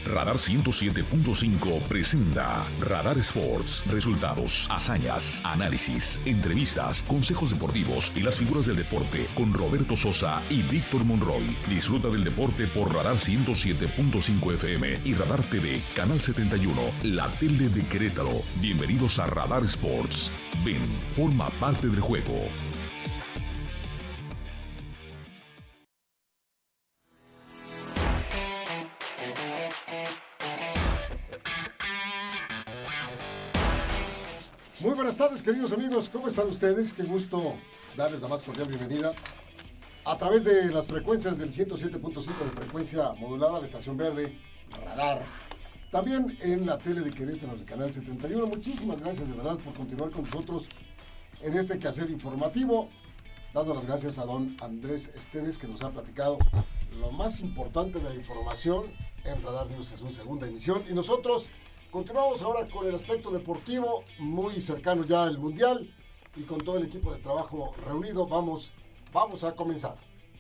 Radar 107.5 presenta Radar Sports. Resultados, hazañas, análisis, entrevistas, consejos deportivos y las figuras del deporte con Roberto Sosa y Víctor Monroy. Disfruta del deporte por Radar 107.5 FM y Radar TV, Canal 71, la tele de Querétaro. Bienvenidos a Radar Sports. Ven, forma parte del juego. Muy buenas tardes, queridos amigos, ¿cómo están ustedes? Qué gusto darles la más cordial bienvenida a través de las frecuencias del 107.5 de frecuencia modulada, la estación verde, Radar. También en la tele de Querétaro, el canal 71. Muchísimas gracias de verdad por continuar con nosotros en este quehacer informativo, dando las gracias a don Andrés Esteves, que nos ha platicado lo más importante de la información en Radar News en su segunda emisión. Y nosotros continuamos ahora con el aspecto deportivo, muy cercano ya al Mundial, y con todo el equipo de trabajo reunido, vamos a comenzar.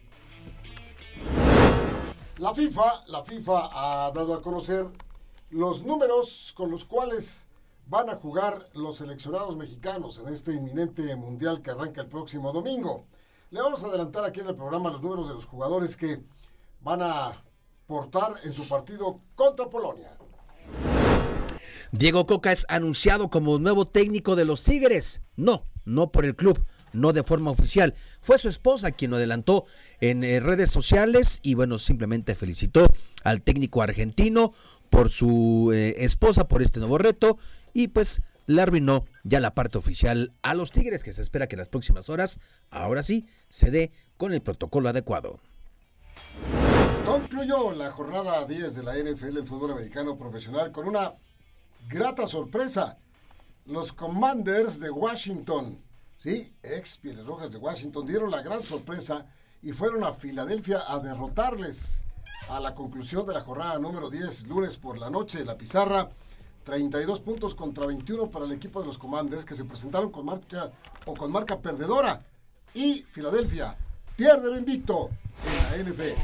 La FIFA ha dado a conocer los números con los cuales van a jugar los seleccionados mexicanos en este inminente Mundial que arranca el próximo domingo. Le vamos a adelantar aquí en el programa los números de los jugadores que van a portar en su partido contra Polonia. Diego Coca es anunciado como nuevo técnico de los Tigres. No por el club, no de forma oficial. Fue su esposa quien lo adelantó en redes sociales y bueno, simplemente felicitó al técnico argentino por su esposa, por este nuevo reto, y pues le arruinó ya la parte oficial a los Tigres, que se espera que en las próximas horas, ahora sí, se dé con el protocolo adecuado. Concluyó la jornada 10 de la NFL, el fútbol americano profesional, con una grata sorpresa. Los Commanders de Washington, sí, ex Pieles Rojas de Washington, dieron la gran sorpresa y fueron a Filadelfia a derrotarles a la conclusión de la jornada número 10, lunes por la noche. La pizarra, 32 puntos contra 21 para el equipo de los Commanders, que se presentaron con marca perdedora. Y Filadelfia pierde el invicto en la NFL.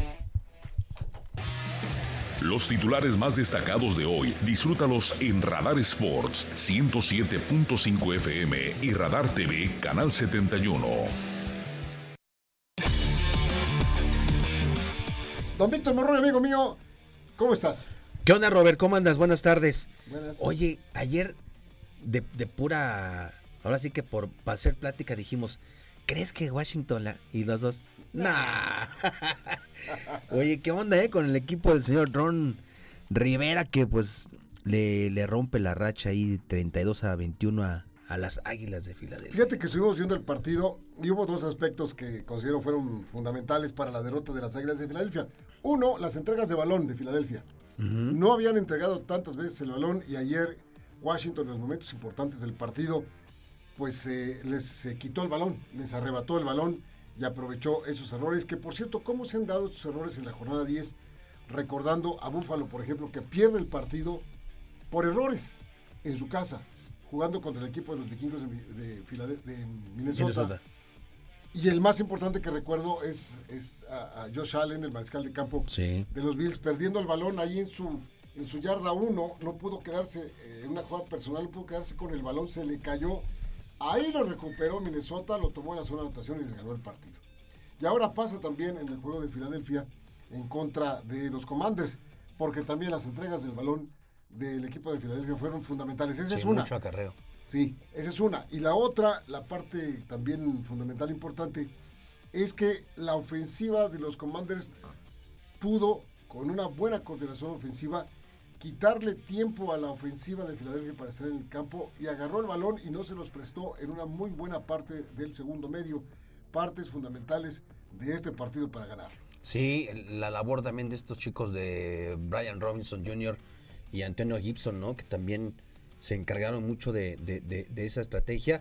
Los titulares más destacados de hoy, disfrútalos en Radar Sports 107.5 FM y Radar TV, Canal 71. Don Víctor Monroy, amigo mío, ¿cómo estás? ¿Qué onda, Robert? ¿Cómo andas? Buenas tardes. Buenas. Oye, ayer de pura, ahora sí que para hacer plática dijimos, ¿crees que Washington y los dos? Nah. Oye, ¿qué onda con el equipo del señor Ron Rivera, que pues le rompe la racha ahí 32-21 a las Águilas de Filadelfia? Fíjate que estuvimos viendo el partido y hubo dos aspectos que considero fueron fundamentales para la derrota de las Águilas de Filadelfia. Uno, las entregas de balón de Filadelfia. No habían entregado tantas veces el balón y ayer Washington, en los momentos importantes del partido, pues les quitó el balón, les arrebató el balón y aprovechó esos errores, que por cierto, ¿cómo se han dado esos errores en la jornada 10? Recordando a Buffalo, por ejemplo, que pierde el partido por errores en su casa, jugando contra el equipo de los vikingos de Minnesota. Y el más importante que recuerdo es a Josh Allen, el mariscal de campo de los Bills, perdiendo el balón ahí en su yarda 1, no pudo quedarse en una jugada personal, no pudo quedarse con el balón, se le cayó. Ahí lo recuperó Minnesota, lo tomó en la zona de anotación y les ganó el partido. Y ahora pasa también en el juego de Filadelfia en contra de los Commanders, porque también las entregas del balón del equipo de Filadelfia fueron fundamentales. Esa es una. Mucho acarreo. Sí, esa es una. Y la otra, la parte también fundamental importante, es que la ofensiva de los Commanders pudo, con una buena coordinación ofensiva, quitarle tiempo a la ofensiva de Filadelfia para estar en el campo, y agarró el balón y no se los prestó en una muy buena parte del segundo medio. Partes fundamentales de este partido para ganar. Sí, la labor también de estos chicos de Brian Robinson Jr. y Antonio Gibson, ¿no? Que también se encargaron mucho de esa estrategia.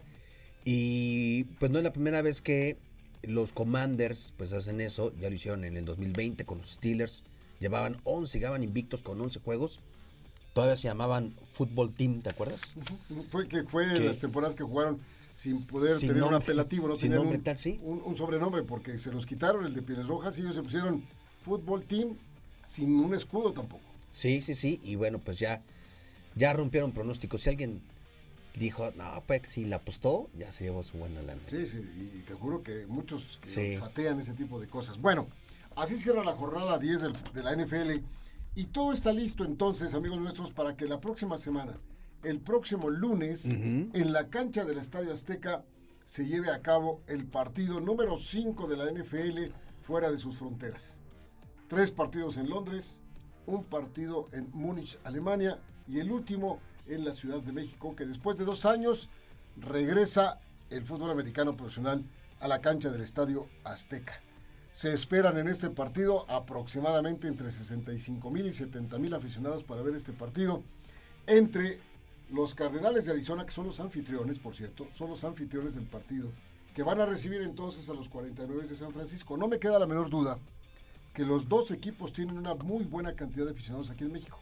Y pues no es la primera vez que los Commanders pues hacen eso. Ya lo hicieron en el 2020 con los Steelers. Llegaban invictos con 11 juegos. Todavía se llamaban Football Team, ¿te acuerdas? Fue las temporadas que jugaron sin poder tener un apelativo, no tenían un sobrenombre, porque se los quitaron el de Pieles Rojas y ellos se pusieron Football Team sin un escudo tampoco. Sí, y bueno, pues ya rompieron pronósticos. Si alguien dijo, no, pues si la apostó, ya se llevó su buena lana. Sí, y te juro que muchos que fatean ese tipo de cosas. Bueno, así cierra la jornada 10 de la NFL y todo está listo entonces, amigos nuestros, para que la próxima semana, el próximo lunes, en la cancha del Estadio Azteca, se lleve a cabo el partido número 5 de la NFL fuera de sus fronteras. 3 partidos en Londres, un partido en Múnich, Alemania, y el último en la Ciudad de México, que después de 2 años regresa el fútbol americano profesional a la cancha del Estadio Azteca. Se esperan en este partido aproximadamente entre 65,000 y 70,000 aficionados para ver este partido entre los Cardenales de Arizona, que son los anfitriones, por cierto, son los anfitriones del partido, que van a recibir entonces a los 49 de San Francisco. No me queda la menor duda que los dos equipos tienen una muy buena cantidad de aficionados aquí en México.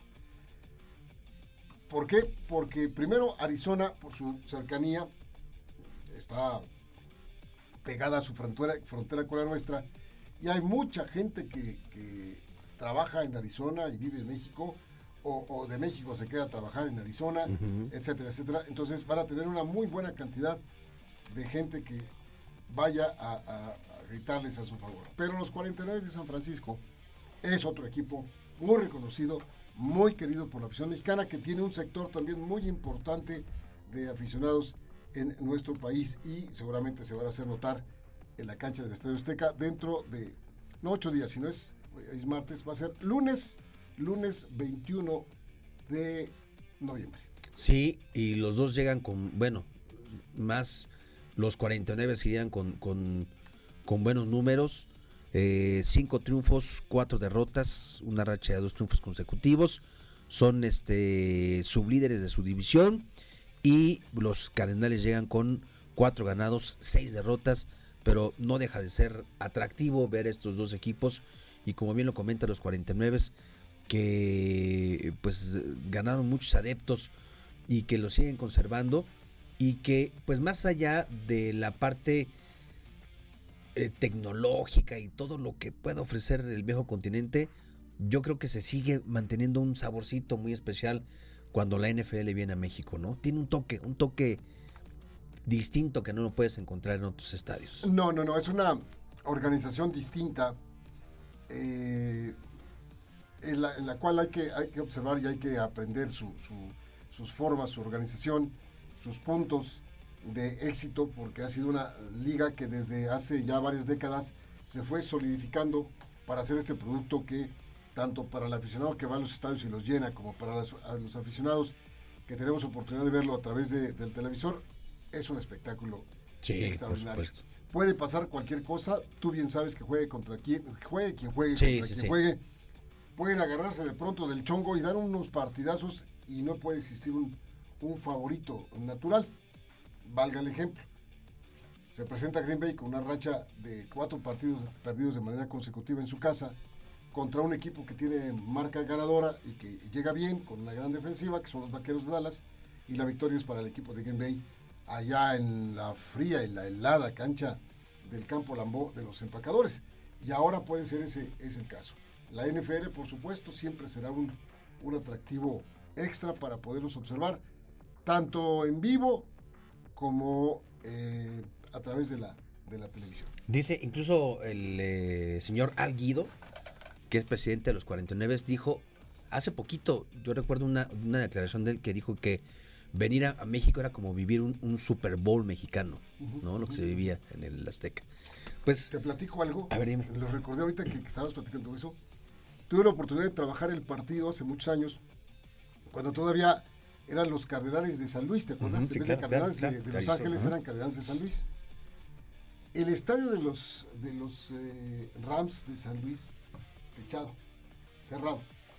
¿Por qué? Porque primero Arizona, por su cercanía, está pegada a su frontera con la nuestra, y hay mucha gente que trabaja en Arizona y vive en México, o de México se queda a trabajar en Arizona, etcétera, etcétera. Entonces van a tener una muy buena cantidad de gente que vaya a gritarles a su favor. Pero los 49 de San Francisco es otro equipo muy reconocido, muy querido por la afición mexicana, que tiene un sector también muy importante de aficionados en nuestro país, y seguramente se van a hacer notar en la cancha del Estadio Azteca dentro de, no 8 días, sino es martes, va a ser lunes 21 de noviembre. Sí, y los dos llegan con, bueno, más los 49 que llegan con buenos números, 5 triunfos, 4 derrotas, una racha de 2 triunfos consecutivos, son sublíderes de su división, y los Cardenales llegan con 4 ganados, 6 derrotas, pero no deja de ser atractivo ver estos dos equipos, y como bien lo comenta los 49, que pues ganaron muchos adeptos y que lo siguen conservando, y que pues más allá de la parte tecnológica y todo lo que puede ofrecer el viejo continente, yo creo que se sigue manteniendo un saborcito muy especial cuando la NFL viene a México, ¿no? Tiene un toque distinto que no lo puedes encontrar en otros estadios. No, es una organización distinta, en la cual hay que observar y hay que aprender sus formas, su organización, sus puntos de éxito, porque ha sido una liga que desde hace ya varias décadas se fue solidificando para hacer este producto que, tanto para el aficionado que va a los estadios y los llena, como para los aficionados que tenemos oportunidad de verlo a través del televisor, es un espectáculo extraordinario. Por supuesto. Puede pasar cualquier cosa, tú bien sabes que juegue quien juegue, pueden agarrarse de pronto del chongo y dar unos partidazos, y no puede existir un favorito natural. Valga el ejemplo, se presenta Green Bay con una racha de 4 partidos perdidos de manera consecutiva en su casa, contra un equipo que tiene marca ganadora y que llega bien, con una gran defensiva, que son los Vaqueros de Dallas, y la victoria es para el equipo de Green Bay, allá en la fría y la helada cancha del Campo Lambeau de los Empacadores. Y ahora puede ser ese es el caso. La NFL, por supuesto, siempre será un atractivo extra para poderlos observar, tanto en vivo como a través de la televisión. Dice, incluso el señor Al Guido, que es presidente de los 49, dijo hace poquito, yo recuerdo una declaración de él que dijo que venir a México era como vivir un Super Bowl mexicano, ¿no? Lo que se vivía en el Azteca. Pues, ¿te platico algo? A ver, dime. Lo recordé ahorita que estabas platicando eso. Tuve la oportunidad de trabajar el partido hace muchos años, cuando todavía eran los Cardenales de San Luis, ¿te acuerdas? Sí, en vez claro, de Cardenales claro, de Los Ángeles, eran Cardenales de San Luis. El estadio de los Rams de San Luis, techado, cerrado.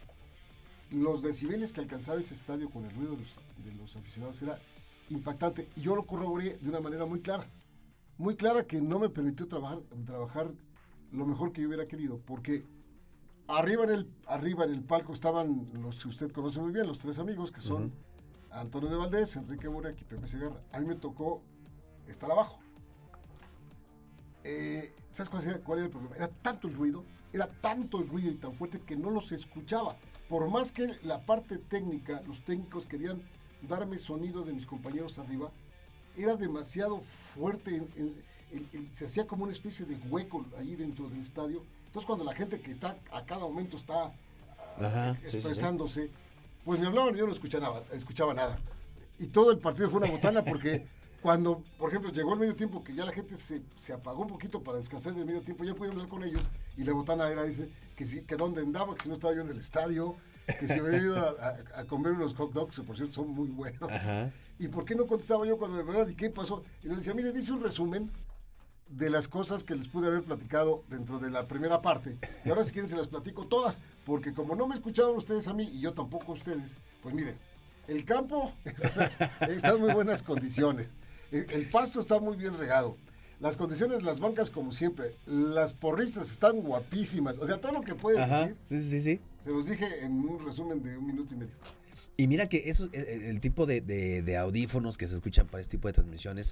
Los decibeles que alcanzaba ese estadio con el ruido de los aficionados era impactante, y yo lo corroboré de una manera muy clara, que no me permitió trabajar lo mejor que yo hubiera querido, porque arriba en el palco estaban los que usted conoce muy bien, los 3 amigos, que son Antonio de Valdés, Enrique Burak y Pepe Segarra. A mí me tocó estar abajo. ¿Sabes cuál era el problema? Era tanto el ruido y tan fuerte que no los escuchaba. Por más que la parte técnica, los técnicos querían darme sonido de mis compañeros arriba, era demasiado fuerte, se hacía como una especie de hueco ahí dentro del estadio. Entonces cuando la gente que está a cada momento está expresándose, pues me hablaban y yo no escuchaba nada. Y todo el partido fue una botana porque cuando, por ejemplo, llegó el medio tiempo, que ya la gente se apagó un poquito para descansar del medio tiempo, ya pude hablar con ellos, y la botana era que dónde andaba, que si no estaba yo en el estadio, que si había ido a comer unos hot dogs, que por cierto son muy buenos. Ajá. ¿Y por qué no contestaba yo cuando me preguntaban, ¿y qué pasó? Y les decía, mire, dice un resumen de las cosas que les pude haber platicado dentro de la primera parte, y ahora si quieren se las platico todas, porque como no me escuchaban ustedes a mí, y yo tampoco a ustedes, pues miren, el campo está en muy buenas condiciones. El pasto está muy bien regado. Las condiciones de las bancas, como siempre. Las porristas están guapísimas. O sea, todo lo que puede decir. Sí. Se los dije en un resumen de 1 minuto y medio. Y mira que eso, el tipo de audífonos que se escuchan para este tipo de transmisiones,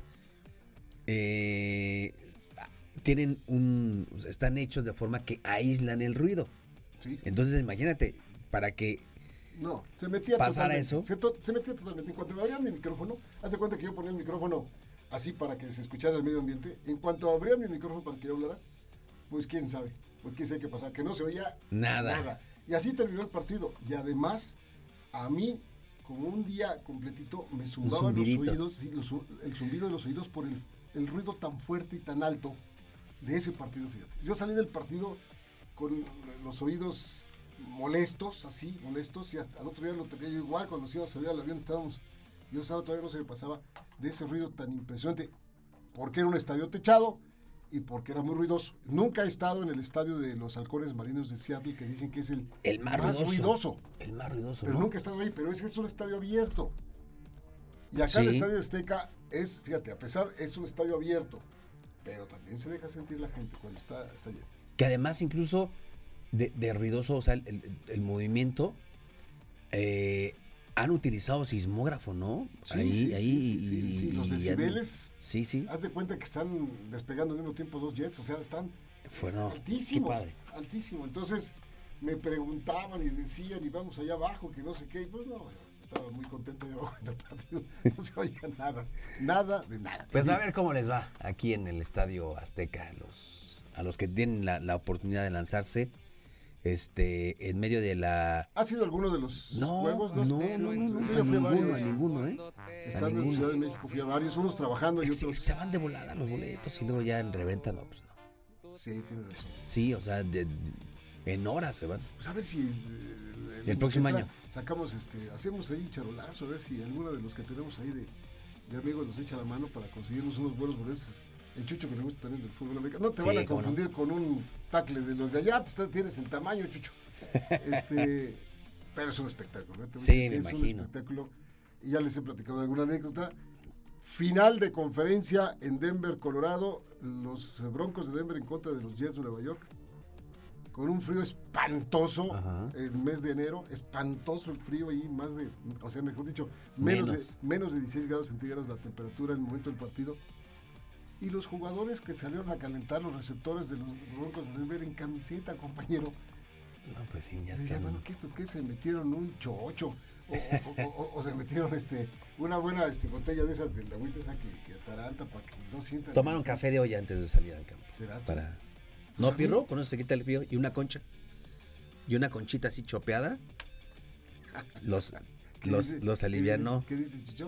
están hechos de forma que aíslan el ruido. Sí. Entonces, imagínate, para que no, se metía pasara eso. Se metía totalmente. En cuanto me abrían mi micrófono, hace cuenta que yo ponía el micrófono así para que se escuchara el medio ambiente. En cuanto abrían mi micrófono para que yo hablara, pues quién sabe qué pasaba, que no se oía nada. Y así terminó el partido. Y además, a mí, como un día completito, me zumbaban los oídos, el zumbido de los oídos por el ruido tan fuerte y tan alto de ese partido, fíjate. Yo salí del partido con los oídos molestos, y hasta el otro día lo tenía yo igual. Cuando nos íbamos a subir al avión yo todavía no se me pasaba de ese ruido tan impresionante, porque era un estadio techado y porque era muy ruidoso. Nunca he estado en el estadio de los Halcones Marinos de Seattle, que dicen que es el más ruidoso. El más ruidoso, pero ¿no? Nunca he estado ahí, pero ese es un estadio abierto. Y acá el Estadio Azteca fíjate, a pesar, es un estadio abierto, pero también se deja sentir la gente cuando está lleno. Que además incluso de ruidoso, o sea, el movimiento, han utilizado sismógrafo, ¿no? Sí, los decibeles. Sí. Haz de cuenta que están despegando al mismo tiempo 2 jets, o sea, están altísimos. Qué padre. Altísimo. Entonces me preguntaban y decían, y vamos allá abajo, que no sé qué, y pues no, estaba muy contento allá abajo en el partido. No se oía nada de nada. Pues a ver cómo les va aquí en el Estadio Azteca a los que tienen la oportunidad de lanzarse. En medio de la... ¿Ha sido alguno de los juegos? No, ninguno, Estando en Ciudad de México fui a varios, unos trabajando y otros... Se van de volada los boletos y luego ya en reventa, pues no. Sí, tienes razón. Sí, o sea, en horas se van. Pues a ver si... el próximo año. Sacamos, hacemos ahí un charolazo, a ver si alguno de los que tenemos ahí de amigos nos echa la mano para conseguirnos unos buenos boletos. El Chucho, que le gusta también del fútbol americano. No te van a confundir con un tackle de los de allá, pues tienes el tamaño, Chucho. Pero es un espectáculo, ¿eh? Me imagino. Un espectáculo. Y ya les he platicado alguna anécdota. Final de conferencia en Denver, Colorado. Los Broncos de Denver en contra de los Jets de Nueva York. Con un frío espantoso el mes de enero. Espantoso el frío ahí, mejor dicho, menos de 16 grados centígrados la temperatura en el momento del partido. Y los jugadores que salieron a calentar los receptores de los Broncos de Denver en camiseta, compañero. No, pues sí, ya está. Bueno, que estos que se metieron un chocho o se metieron una buena botella de esas de la agüita esa que ataranta para que no sientan. Tomaron café de olla antes de salir al campo. ¿Será? No, Pirro, con eso se quita el frío. Y una concha. Y una conchita así chopeada. Los alivianó. ¿Qué dice Chicho?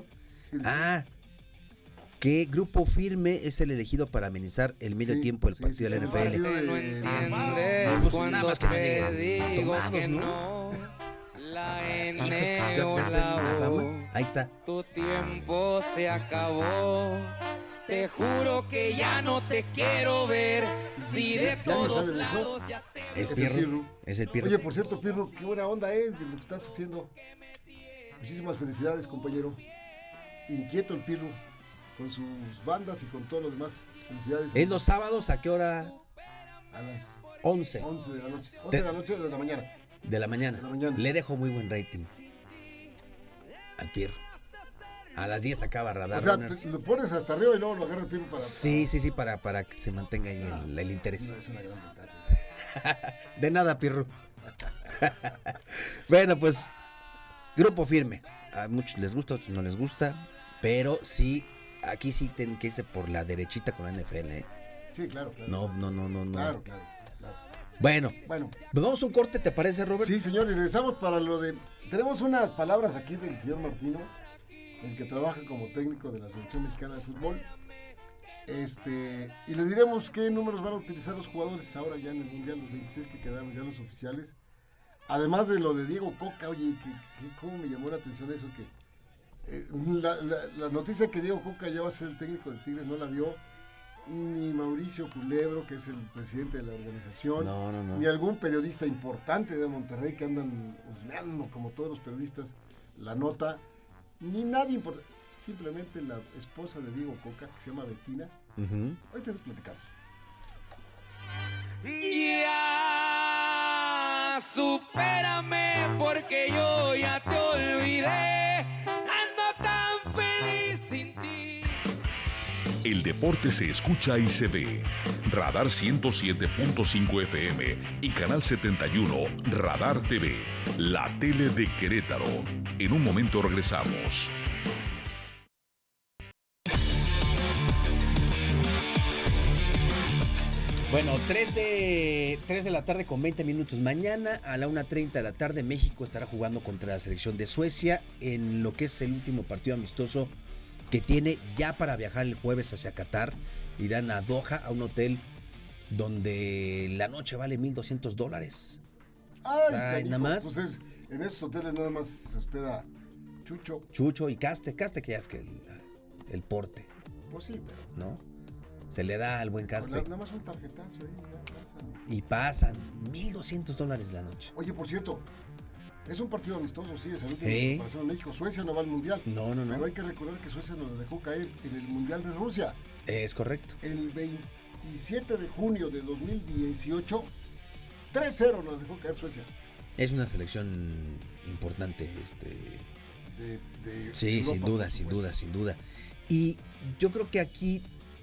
¿Qué grupo firme es el elegido para amenizar el medio tiempo del partido de la NFL? No entiendes cuando te digo que no. La N o la O. Ahí está. Tu tiempo se acabó. Te juro que ya no te quiero ver. Si de todos lados ya te... Es el Pirro. Oye, por cierto, Pirro, qué buena onda es de lo que estás haciendo. Muchísimas felicidades, compañero. Inquieto el Pirro, con sus bandas y con todo lo demás. Felicidades. ¿Es los sábados a qué hora? A las 11. 11 de la noche. 11 de la noche o de la mañana. De la mañana. Le dejo muy buen rating al Pirro. A las 10 acaba Radar O sea, Runners. lo pones hasta arriba y luego lo agarra el Pirro para... Sí, para que se mantenga ahí el interés. Es una gran ventaja. De nada, Pirru. Bueno, pues, grupo firme. A muchos les gusta, a otros no les gusta. Pero sí, aquí sí tienen que irse por la derechita con la NFL, ¿eh? Sí, claro. No. Claro. Bueno, Bueno. pues vamos a un corte, ¿te parece, Robert? Sí, señor, y regresamos para lo de... Tenemos unas palabras aquí del señor Martino, el que trabaja como técnico de la Selección Mexicana de Fútbol. Y le diremos qué números van a utilizar los jugadores ahora ya en el Mundial, los 26 que quedaron ya los oficiales. Además de lo de Diego Coca, oye, cómo me llamó la atención eso, que la noticia que Diego Coca ya va a ser el técnico de Tigres no la dio ni Mauricio Culebro, que es el presidente de la organización, No. ni algún periodista importante de Monterrey que andan husmeando, como todos los periodistas, la nota, ni nadie importante, simplemente la esposa de Diego Coca, que se llama Bettina. Ahorita nos platicamos. Ya, supérame porque yo ya te olvidé. Ando tan feliz sin ti. El deporte se escucha y se ve. Radar 107.5 FM y Canal 71 Radar TV, la tele de Querétaro. En un momento regresamos. Bueno, 3 de la tarde con 20 minutos. Mañana a la 1:30 de la tarde México estará jugando contra la selección de Suecia en lo que es el último partido amistoso que tiene ya para viajar el jueves hacia Qatar. Irán a Doha, a un hotel donde la noche vale $1,200. Ay, nada más. Pues en esos hoteles nada más se hospeda Chucho y Caste que ya es que el porte. Pues sí, pero... ¿No? Se le da al buen Caste. Nada más un tarjetazo ahí, ya pasan. Y pasan $1,200 la noche. Oye, por cierto, es un partido amistoso, sí, es el último Sí. partido en México. Suecia no va al Mundial. No. Pero hay que recordar que Suecia nos dejó caer en el Mundial de Rusia. Es correcto. El 27 de junio de 2018, 3-0 nos dejó caer Suecia. Es una selección importante, De Sí, Europa, sin duda. Y yo creo que aquí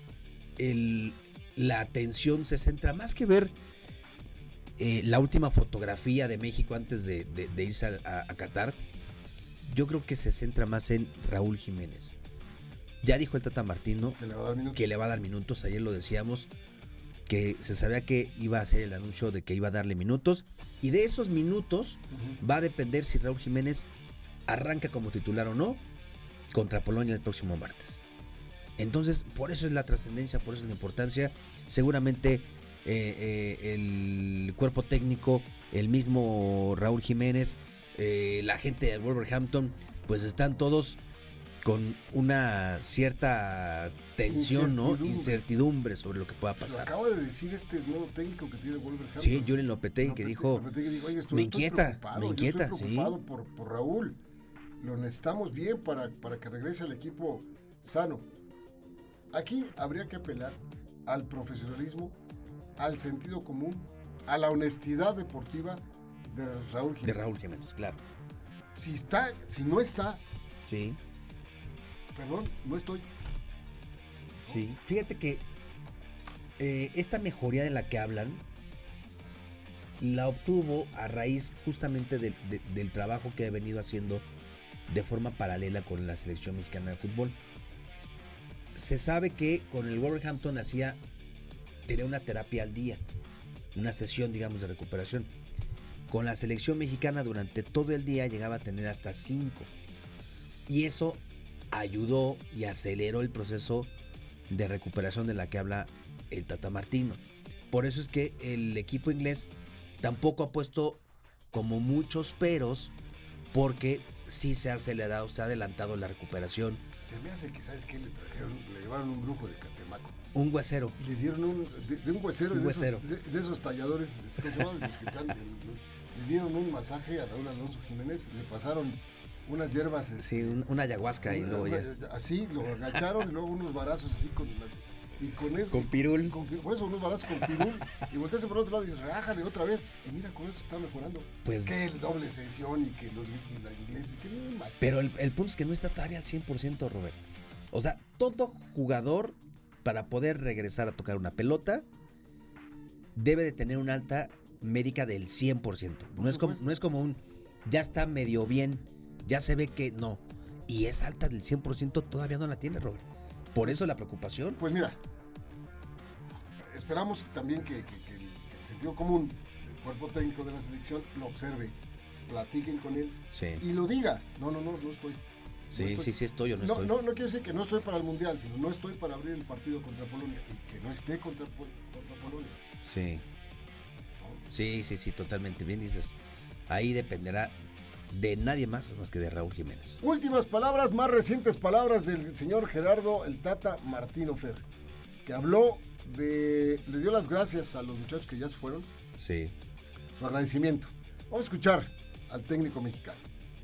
la atención se centra más que ver la última fotografía de México antes de irse a Qatar. Yo creo que se centra más en Raúl Jiménez. Ya dijo el Tata Martino que le va a dar minutos. que le va a dar minutos. Ayer lo decíamos, que se sabía que iba a hacer el anuncio de que iba a darle minutos. Y de esos minutos va a depender si Raúl Jiménez arranca como titular o no contra Polonia el próximo martes. Entonces, por eso es la trascendencia, por eso es la importancia. Seguramente el cuerpo técnico, el mismo Raúl Jiménez, la gente del Wolverhampton, pues están todos con una cierta tensión, ¿no? Incertidumbre sobre lo que pueda pasar. Lo acaba de decir este nuevo técnico que tiene Wolverhampton. Sí, Julen Lopetegui, que dijo, me inquieta, yo estoy preocupado por Raúl. Lo necesitamos bien para que regrese al equipo sano. Aquí habría que apelar al profesionalismo, al sentido común, a la honestidad deportiva de Raúl Jiménez. De Raúl Jiménez, claro. Si no está, sí. Perdón, no estoy. Sí, fíjate que esta mejoría de la que hablan la obtuvo a raíz justamente del trabajo que ha venido haciendo de forma paralela con la selección mexicana de fútbol. Se sabe que con el Wolverhampton tenía una terapia al día, una sesión, digamos, de recuperación. Con la selección mexicana durante todo el día llegaba a tener hasta 5. Y eso ayudó y aceleró el proceso de recuperación de la que habla el Tata Martino. Por eso es que el equipo inglés tampoco ha puesto como muchos peros, porque sí se ha acelerado, se ha adelantado la recuperación. Se me hace que, ¿sabes qué? Le llevaron un brujo de Catemaco. Un huesero. Y le dieron un huesero. De esos talladores, ¿cómo se llaman? Los que le dieron un masaje a Raúl Alonso Jiménez, le pasaron unas hierbas. Sí, una ayahuasca y luego ya. Así, lo agacharon y luego unos varazos así con unas. Y con eso. Con pirul. Por eso unos balazos con pirul. Y volteas por otro lado y dices, reájale otra vez. Y mira, con eso está mejorando. Pues, que el doble sesión y que los ingleses, que ni más. Pero el punto es que no está todavía al 100%, Roberto. O sea, todo jugador, para poder regresar a tocar una pelota, debe de tener una alta médica del 100%. No es como un, ya está medio bien, ya se ve que no. Y esa alta del 100% todavía no la tiene, Robert. Por eso la preocupación. Pues mira, esperamos también que el sentido común del cuerpo técnico de la selección lo observe, platiquen con él y lo diga. No estoy. Sí estoy o no estoy. No quiero decir que no estoy para el Mundial, sino no estoy para abrir el partido contra Polonia y que no esté contra Polonia. Sí. ¿No? Sí, totalmente. Bien dices. Ahí dependerá de nadie más que de Raúl Jiménez. Últimas palabras, más recientes palabras del señor Gerardo el Tata Martino Fer, que habló le dio las gracias a los muchachos que ya se fueron. Sí. Su agradecimiento. Vamos a escuchar al técnico mexicano.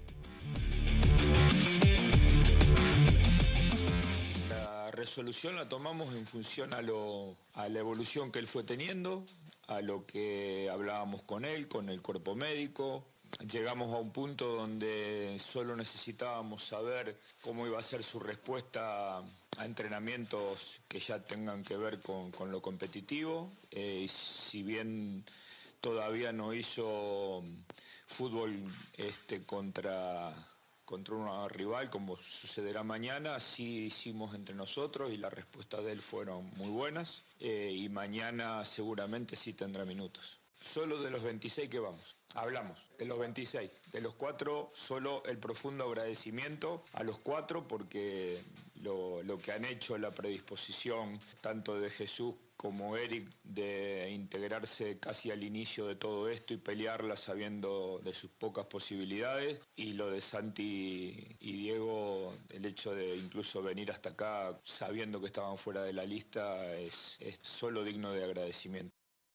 La resolución la tomamos en función a la evolución que él fue teniendo, a lo que hablábamos con él, con el cuerpo médico. Llegamos a un punto donde solo necesitábamos saber cómo iba a ser su respuesta a entrenamientos que ya tengan que ver con lo competitivo. Si bien todavía no hizo fútbol contra una rival como sucederá mañana, sí hicimos entre nosotros y las respuestas de él fueron muy buenas, y mañana seguramente sí tendrá minutos. Solo de los 26 que vamos, hablamos de los 26, de los 4 solo el profundo agradecimiento a los 4 porque lo que han hecho, la predisposición tanto de Jesús como Eric de integrarse casi al inicio de todo esto y pelearla sabiendo de sus pocas posibilidades, y lo de Santi y Diego, el hecho de incluso venir hasta acá sabiendo que estaban fuera de la lista es solo digno de agradecimiento.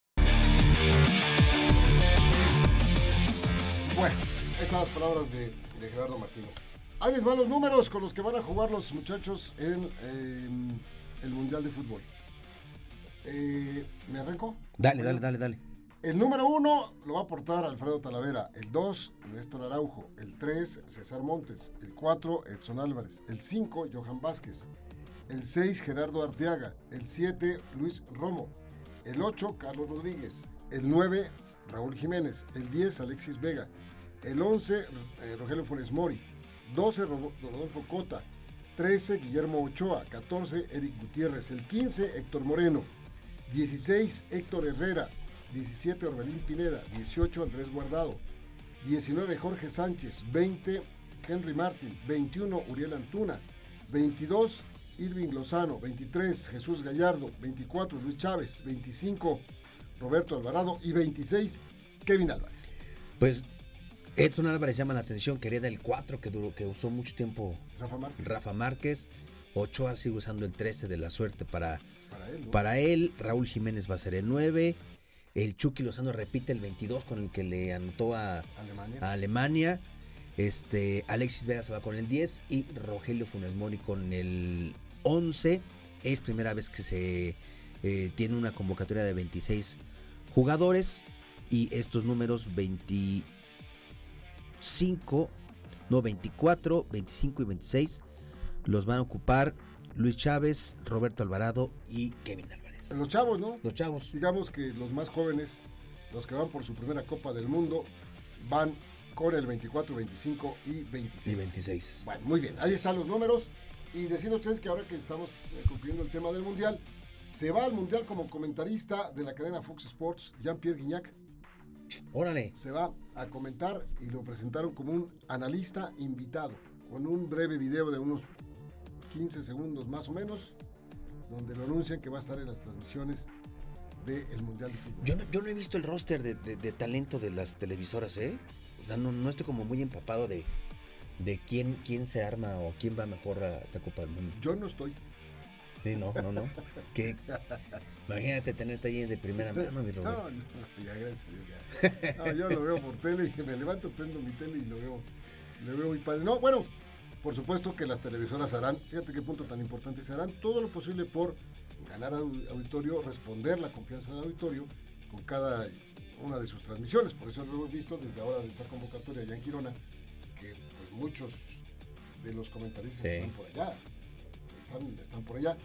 Bueno, esas son las palabras de Gerardo Martino. Ahí les van los números con los que van a jugar los muchachos en el Mundial de Fútbol. ¿Me arranco? Dale. El número 1 lo va a aportar Alfredo Talavera, el 2, Néstor Araujo, el 3, César Montes, el 4, Edson Álvarez, el 5, Johan Vázquez, el 6, Gerardo Arteaga, el 7, Luis Romo, el 8, Carlos Rodríguez, el 9, Raúl Jiménez, el 10, Alexis Vega, el 11, Rogelio Funes Mori, 12, Rodolfo Cota, 13, Guillermo Ochoa, 14, Eric Gutiérrez, el 15, Héctor Moreno, 16, Héctor Herrera, 17, Orbelín Pineda, 18, Andrés Guardado, 19, Jorge Sánchez, 20, Henry Martin, 21, Uriel Antuna, 22, Irving Lozano, 23, Jesús Gallardo, 24, Luis Chávez, 25, Roberto Alvarado y 26, Kevin Álvarez. Pues Edson Álvarez llama la atención, que hereda el 4 que usó mucho tiempo Rafa Márquez. Ochoa sigue usando el 13 de la suerte para él, ¿no? Para él. Raúl Jiménez va a ser el 9. El Chucky Lozano repite el 22 con el que le anotó a Alemania. Alexis Vega se va con el 10 y Rogelio Funes Mori con el 11. Es primera vez que se tiene una convocatoria de 26 jugadores, y estos números 24, 25 y 26 los van a ocupar Luis Chávez, Roberto Alvarado y Kevin Álvarez. Los chavos, ¿no? Los chavos. Digamos que los más jóvenes, los que van por su primera Copa del Mundo, van con el 24, 25 y 26. Bueno, muy bien, ahí están los números. Y decir a ustedes que ahora que estamos cumpliendo el tema del Mundial, se va al Mundial como comentarista de la cadena Fox Sports, Jean-Pierre Guignac. Órale. Se va a comentar y lo presentaron como un analista invitado, con un breve video de unos 15 segundos más o menos, donde lo anuncian que va a estar en las transmisiones del Mundial de Fútbol. Yo no he visto el roster de talento de las televisoras, ¿eh? O sea, no estoy como muy empapado de quién se arma o quién va mejor a esta Copa del Mundo. Yo no estoy. Sí, no. ¿Qué? Imagínate tenerte ahí de primera mano, mi Roberto. No, ya gracias. Ya. No, yo lo veo por tele y me levanto, prendo mi tele y lo veo muy padre. No, bueno, Por supuesto que las televisoras harán, fíjate qué punto tan importante, se harán todo lo posible por ganar auditorio, responder la confianza del auditorio con cada una de sus transmisiones. Por eso lo hemos visto desde ahora de esta convocatoria allá en Girona, que pues muchos de los comentaristas están por allá, están por allá.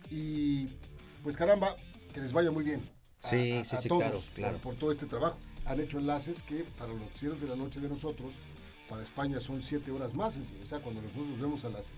Y pues caramba, que les vaya muy bien. Sí, todos, claro. Por todo este trabajo. Han hecho enlaces que para los noticieros de la noche de nosotros, para España son 7 horas más, o sea, cuando nosotros nos vemos a las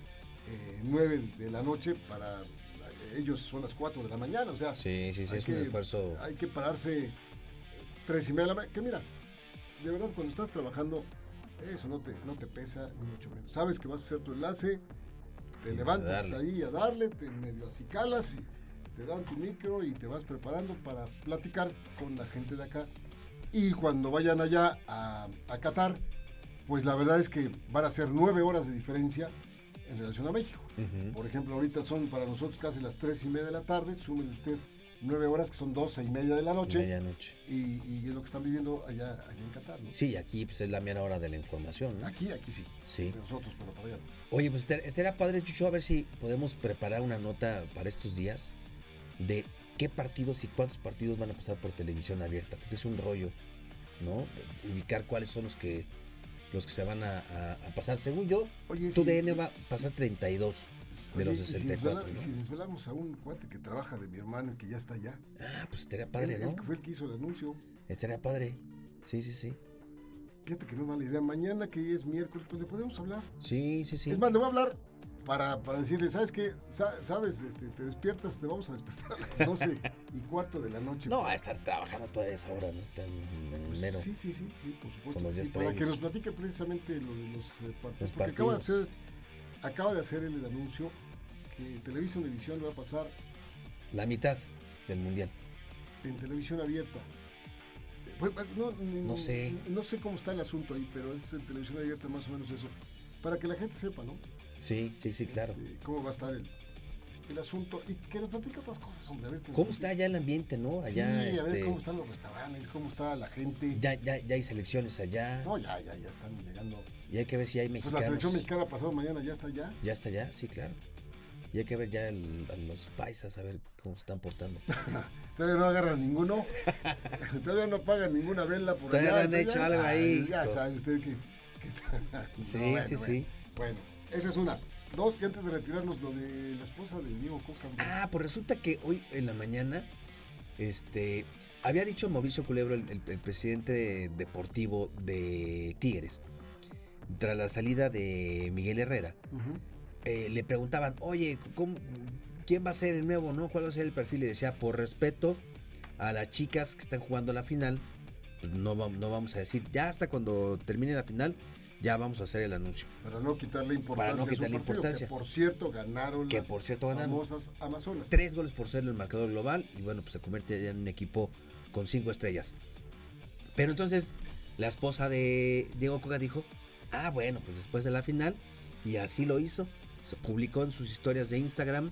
9 de la noche, para ellos son las 4 de la mañana, o sea, sí, es un esfuerzo. Hay que pararse 3:30 de la mañana, que mira, de verdad cuando estás trabajando, eso no te pesa, ni mucho menos. Sabes que vas a hacer tu enlace, te levantas ahí a darle, te medio acicalas, te dan tu micro y te vas preparando para platicar con la gente de acá. Y cuando vayan allá a Qatar, pues la verdad es que van a ser 9 horas de diferencia en relación a México. Por ejemplo, ahorita son para nosotros casi las 3:30 de la tarde, súmele usted 9 horas que son 12:30 de la noche. Medianoche. Y es lo que están viviendo allá en Qatar, ¿no? Sí, aquí pues es la mera hora de la información, ¿no? Aquí sí. Sí. De nosotros, pero para allá no. Oye, pues estaría padre, Chucho, a ver si podemos preparar una nota para estos días de qué partidos y cuántos partidos van a pasar por televisión abierta, porque es un rollo, ¿no? Ubicar cuáles son los que se van a pasar. Según yo, Oye, TUDN va a pasar 32 de los 64, ¿no? ¿no? Si desvelamos a un cuate que trabaja de mi hermano, que ya está allá. Ah, pues estaría padre, él, ¿no? Él fue el que hizo el anuncio. Estaría padre. Sí. Fíjate que no es mala idea. Mañana, que es miércoles, pues le podemos hablar. Sí. Es más, le voy a hablar para decirle, ¿sabes qué? ¿Sabes? Te despiertas, te vamos a despertar a las 12:15 de la noche. No, a estar trabajando toda esa hora, ¿no? Está en el mero. Sí, por supuesto. Con los días para previos. que nos platique precisamente lo de los partidos. Los porque partidos. acaba de hacer el anuncio que Televisa Univisión le va a pasar La mitad del mundial. en televisión abierta. Pues, No sé. No sé cómo está el asunto ahí, pero es en televisión abierta más o menos eso. Para que la gente sepa, ¿no? Sí, claro. Cómo va a estar el asunto. Y que nos platique otras cosas, hombre. A ver, ¿Cómo está allá el ambiente, no? Allá, sí, a ver cómo están los restaurantes, cómo está la gente. Ya hay selecciones allá. No, ya están llegando. Y hay que ver si hay mexicanos. Pues la selección mexicana pasado mañana ya está allá. Ya está allá, sí, claro. Y hay que ver ya a los paisas, a ver cómo se están portando. Todavía no agarran ninguno. Todavía no pagan ninguna vela por Todavía allá. no han hecho algo ahí. Ya sabe usted que sí, sí. Bueno, esa es una. 2, y antes de retirarnos, lo de la esposa de Diego Coca. Ah, pues resulta que hoy en la mañana, había dicho Mauricio Culebro, el presidente deportivo de Tigres, tras la salida de Miguel Herrera, le preguntaban, oye, ¿quién va a ser el nuevo, no? ¿Cuál va a ser el perfil? Y decía, por respeto a las chicas que están jugando la final, pues no vamos a decir, ya hasta cuando termine la final, ya vamos a hacer el anuncio. Para no quitarle importancia. Que por cierto ganaron las famosas Amazonas. 3-0 el marcador global, y bueno, pues se convierte ya en un equipo con 5 estrellas. Pero entonces la esposa de Diego Coca dijo, bueno, pues después de la final, y así lo hizo. Se publicó en sus historias de Instagram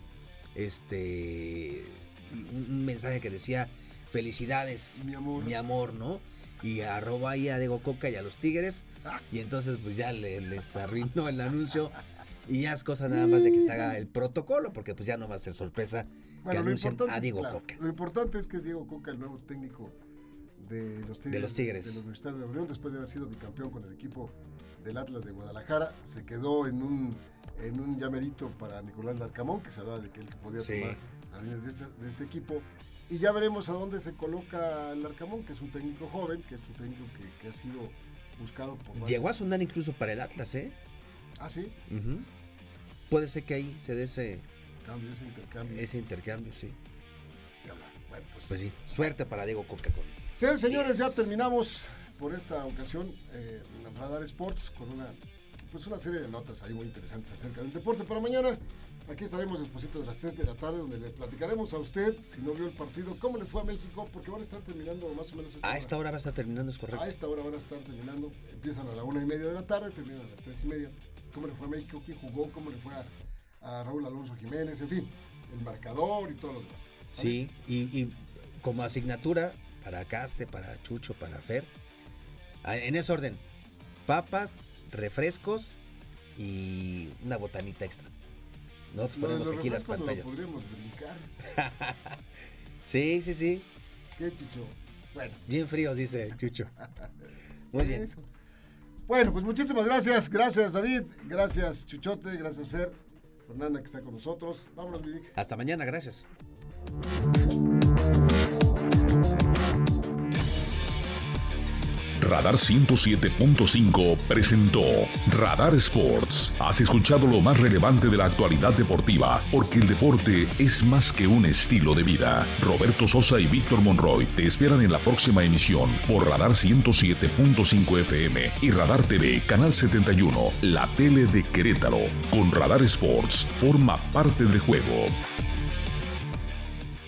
un mensaje que decía, felicidades, mi amor, ¿no? Y arroba ahí a Diego Coca y a los Tigres, y entonces pues ya les arruinó el anuncio, y ya es cosa nada más de que se haga el protocolo, porque pues ya no va a ser sorpresa que anuncien a Diego Coca. Lo importante es que es Diego Coca el nuevo técnico de los Tigres. De la Universidad de Nuevo León, después de haber sido bicampeón con el equipo del Atlas de Guadalajara. Se quedó en un llamerito para Nicolás Larcamón, que se hablaba de que él podía tomar las líneas de este equipo. Y ya veremos a dónde se coloca Larcamón, que es un técnico joven, que es un técnico que ha sido buscado por varios. Llegó a sonar incluso para el Atlas, ¿eh? Ah, ¿sí? Puede ser que ahí se dé ese intercambio, sí. Bueno, pues sí, suerte para Diego Coca con sus... Sí, señores, ya terminamos por esta ocasión Radar Sports con una serie de notas ahí muy interesantes acerca del deporte. Para mañana, aquí estaremos despuesito de las 3 de la tarde, donde le platicaremos a usted, si no vio el partido, cómo le fue a México, porque van a estar terminando más o menos a esta hora va a estar terminando, es correcto. A esta hora van a estar terminando, empiezan a la 1:30 de la tarde, terminan a las 3:30. ¿Cómo le fue a México? ¿Quién jugó? ¿Cómo le fue a Raúl Alonso Jiménez? En fin, el marcador y todo lo demás. Sí, y como asignatura para Caste, para Chucho, para Fer, en ese orden: papas, refrescos y una botanita extra. Nosotros ponemos aquí las pantallas. Podríamos brincar. Sí. ¿Qué, Chucho? Bueno. Bien fríos, dice Chucho. Muy bien. Eso. Bueno, pues muchísimas gracias. Gracias, David. Gracias, Chuchote. Gracias, Fer. Fernanda, que está con nosotros. Vámonos, Vivic. Hasta mañana, gracias. Radar 107.5 presentó Radar Sports. Has escuchado lo más relevante de la actualidad deportiva, porque el deporte es más que un estilo de vida. Roberto Sosa y Víctor Monroy te esperan en la próxima emisión por Radar 107.5 FM y Radar TV, Canal 71, la tele de Querétaro. Con Radar Sports, forma parte del juego.